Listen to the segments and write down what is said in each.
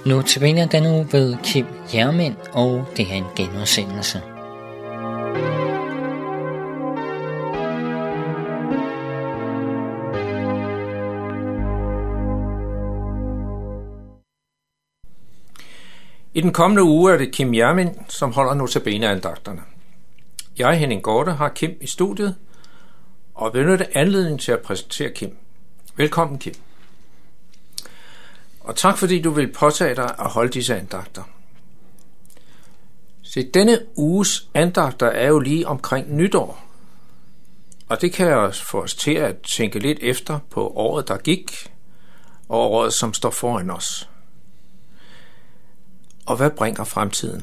Nu tilbage denne uge ved Kim Jermind, og det er en genudsendelse. I den kommende uge er det Kim Jermind, som holder notabeneandagterne. Jeg, Henning Gorte, har Kim i studiet, og benytter anledning til at præsentere Kim. Velkommen, Kim. Og tak fordi du vil påtage dig at holde disse andagter. Så denne uges andagter er jo lige omkring nytår, og det kan få os til at tænke lidt efter på året, der gik, og året, som står foran os. Og hvad bringer fremtiden?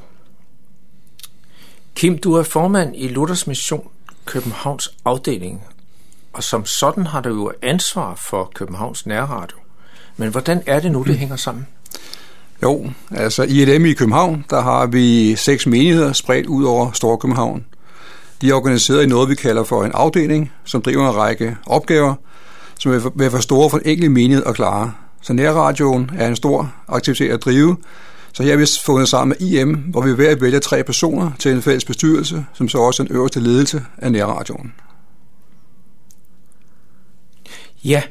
Kim, du er formand i Luthers Mission Københavns afdeling, og som sådan har du jo ansvar for Københavns Nærradio. Men hvordan er det nu, det hænger sammen? Jo, altså i ILM i København, der har vi 6 menigheder spredt ud over Storkøbenhavn. De er organiseret i noget, vi kalder for en afdeling, som driver en række opgaver, som vil være for store for en enkelt menighed at klare. Så Nærradioen er en stor aktivitet at drive. Så her har vi fundet sammen med IM, hvor vi er ved at vælge 3 personer til en fælles bestyrelse, som så også er den øverste ledelse af Nærradioen. Ja,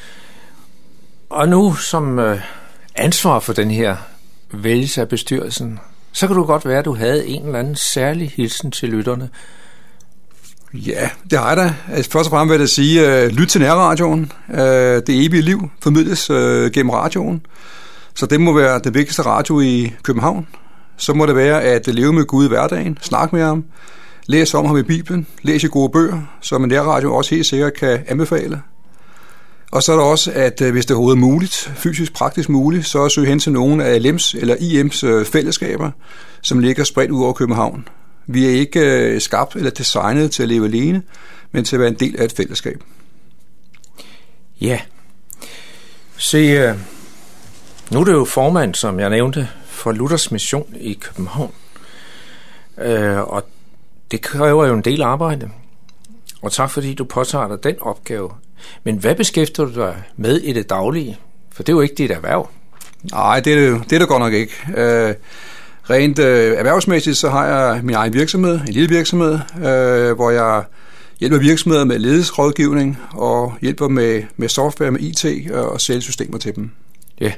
og nu som ansvar for den her vælgelse af bestyrelsen, så kan du godt være, at du havde en eller anden særlig hilsen til lytterne. Ja, det har jeg da. Først og fremmest vil jeg sige, lyt til Nærradioen. Det evige liv formidles gennem radioen. Så det må være det vigtigste radio i København. Så må det være at leve med Gud i hverdagen, snakke med ham, læse om ham i Bibelen, læse gode bøger, som en Nærradio også helt sikkert kan anbefale. Og så er der også, at hvis det overhovedet er muligt, fysisk praktisk muligt, så søge hen til nogle af LM's eller IM's fællesskaber, som ligger spredt ud over København. Vi er ikke skabt eller designet til at leve alene, men til at være en del af et fællesskab. Ja, se, nu er det jo formand, som jeg nævnte, for Luthers Mission i København. Og det kræver jo en del arbejde. Og tak fordi du påtager dig den opgave. Men hvad beskæftiger du dig med i det daglige? For det er jo ikke dit erhverv. Nej, det er det godt nok ikke. Rent erhvervsmæssigt, så har jeg min egen virksomhed, en lille virksomhed, hvor jeg hjælper virksomheder med ledelsesrådgivning og hjælper med software, med IT og sælge systemer til dem. Ja.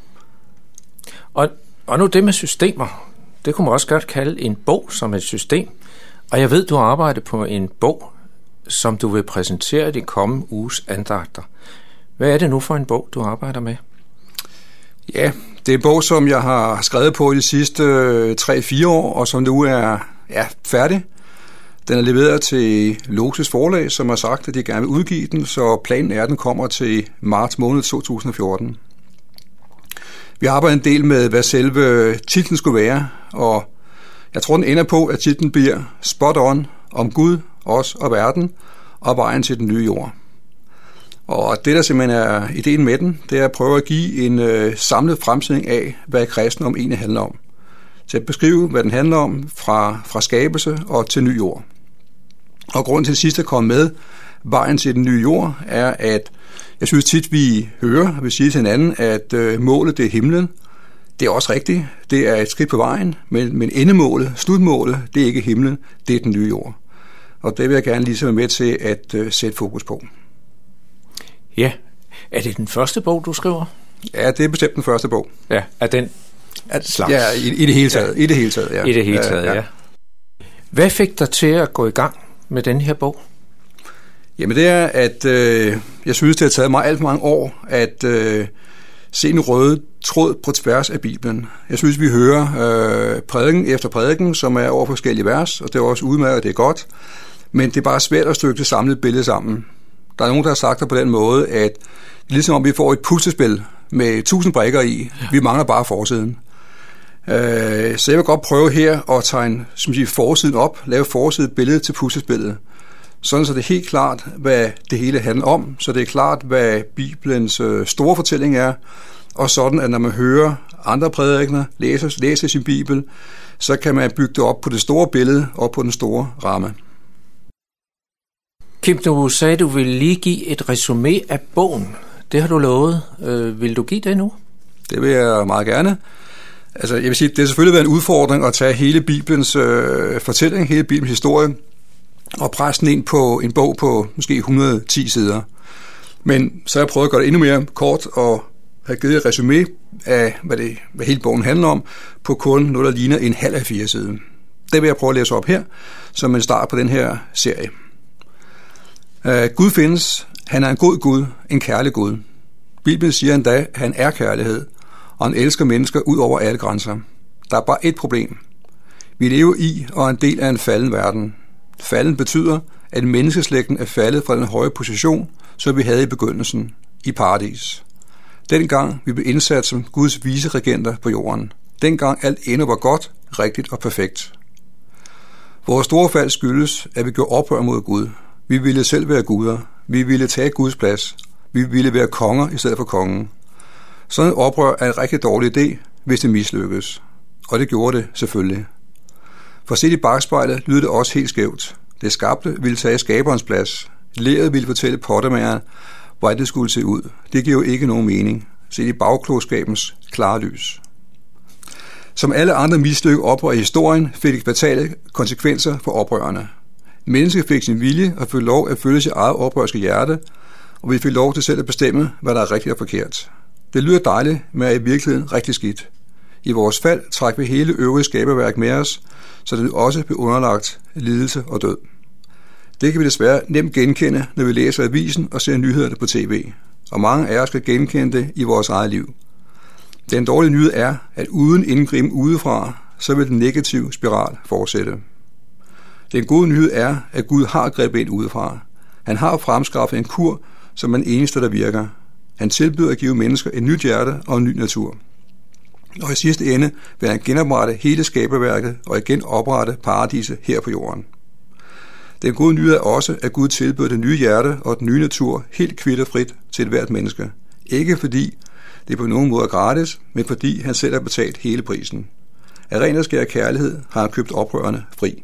Og nu det med systemer, det kunne man også godt kalde en bog som et system. Og jeg ved, du arbejder på en bog, som du vil præsentere i de kommende uges andagter. Hvad er det nu for en bog, du arbejder med? Ja, det er en bog, som jeg har skrevet på de sidste 3-4 år, og som nu er færdig. Den er leveret til Loses Forlag, som har sagt, at de gerne vil udgive den, så planen er, at den kommer til marts måned 2014. Vi arbejder en del med, hvad selve titlen skulle være, og jeg tror, den ender på, at titlen bliver Spot On om Gud, os og verden, og vejen til den nye jord. Og det, der simpelthen er ideen med den, det er at prøve at give en samlet fremstilling af, hvad kristendom egentlig handler om. Til at beskrive, hvad den handler om fra skabelse og til ny jord. Og grunden til sidst at komme med vejen til den nye jord, er, at jeg synes tit, vi hører, vi siger til hinanden, at målet det er himlen. Det er også rigtigt. Det er et skridt på vejen, men endemålet, slutmålet, det er ikke himlen, det er den nye jord. Og det vil jeg gerne lige være med til at sætte fokus på. Ja. Er det den første bog, du skriver? Ja, det er bestemt den første bog. Ja, er den slags? Ja, i det hele taget. Ja. I det hele taget, ja. I det hele taget, ja. Hvad fik dig til at gå i gang med den her bog? Jamen det er, at jeg synes, det har taget mig alt for mange år at se en røde tråd på tværs af Bibelen. Jeg synes, vi hører prædiken efter prædiken, som er over forskellige vers, og det er også udmærket, og det er godt. Men det er bare svært at stykke det samlede billede sammen. Der er nogen, der har sagt det på den måde, at det er ligesom om vi får et puslespil med 1000 brikker i. Ja. Vi mangler bare forsiden. Så jeg vil godt prøve her at tegne forsiden op, lave forsidebilledet til puslespillet. Sådan så det er helt klart, hvad det hele handler om, så det er klart, hvad Bibelens store fortælling er, og sådan, at når man hører andre prædikener, læser sin Bibel, så kan man bygge det op på det store billede og på den store ramme. Kim, du sagde, du ville lige give et resumé af bogen. Det har du lovet. Vil du give det nu? Det vil jeg meget gerne. Altså, jeg vil sige, det har selvfølgelig været en udfordring at tage hele Bibelens fortælling, hele Bibelens historie, og presse den ind på en bog på måske 110 sider. Men så har jeg prøvet at gøre det endnu mere kort og have givet et resume af, hvad hele bogen handler om, på kun noget, der ligner en halv af 4 sider. Det vil jeg prøve at læse op her, som en start på den her serie. Gud findes. Han er en god Gud, en kærlig Gud. Bibelen siger endda, at han er kærlighed, og han elsker mennesker ud over alle grænser. Der er bare et problem. Vi lever i og er en del af en falden verden. Falden betyder, at menneskeslægten er faldet fra den høje position, som vi havde i begyndelsen, i paradis. Dengang vi blev indsat som Guds viceregenter på jorden. Dengang alt endnu var godt, rigtigt og perfekt. Vores store fald skyldes, at vi gjorde oprør mod Gud. Vi ville selv være guder. Vi ville tage Guds plads. Vi ville være konger i stedet for kongen. Sådan et oprør er en rigtig dårlig idé, hvis det mislykkes. Og det gjorde det selvfølgelig. For set i bagspejlet lyder det også helt skævt. Det skabte ville tage skaberens plads. Leret ville fortælle pottemageren, hvordan det skulle se ud. Det giver jo ikke nogen mening. Set i bagklogskabens klare lys. Som alle andre mislykkede oprør i historien, fik det fatale konsekvenser for oprørerne. Mennesket fik sin vilje og fik lov at følge sit eget oprørske hjerte, og vi fik lov til selv at bestemme, hvad der er rigtigt og forkert. Det lyder dejligt, men er i virkeligheden rigtig skidt. I vores fald træk vi hele øvrige skaberværk med os, så det også blev underlagt lidelse og død. Det kan vi desværre nemt genkende, når vi læser avisen og ser nyhederne på tv, og mange af os skal genkende det i vores eget liv. Den dårlige nyhed er, at uden indgriben udefra, så vil den negative spiral fortsætte. Den gode nyhed er, at Gud har grebet ind udefra. Han har fremskaffet en kur, som er den eneste, der virker. Han tilbyder at give mennesker et nyt hjerte og en ny natur. Og i sidste ende vil han genoprette hele skaberværket og igen oprette paradiset her på jorden. Den gode nyhed er også, at Gud tilbyder det nye hjerte og den nye natur helt kvitterfrit til hvert menneske. Ikke fordi det på nogen måde er gratis, men fordi han selv har betalt hele prisen. Af ren og skær kærlighed har han købt oprørerne fri.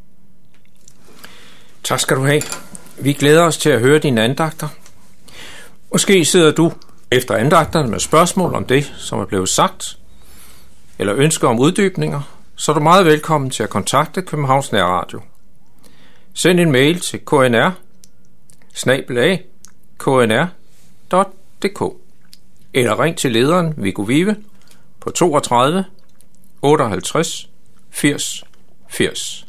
Tak skal du have. Vi glæder os til at høre dine andagter. Måske sidder du efter andagterne med spørgsmål om det, som er blevet sagt, eller ønsker om uddybninger, så er du meget velkommen til at kontakte Københavns Nærradio. Send en mail til knr@knr.dk eller ring til lederen Viggo Vive på 32 58 80 80.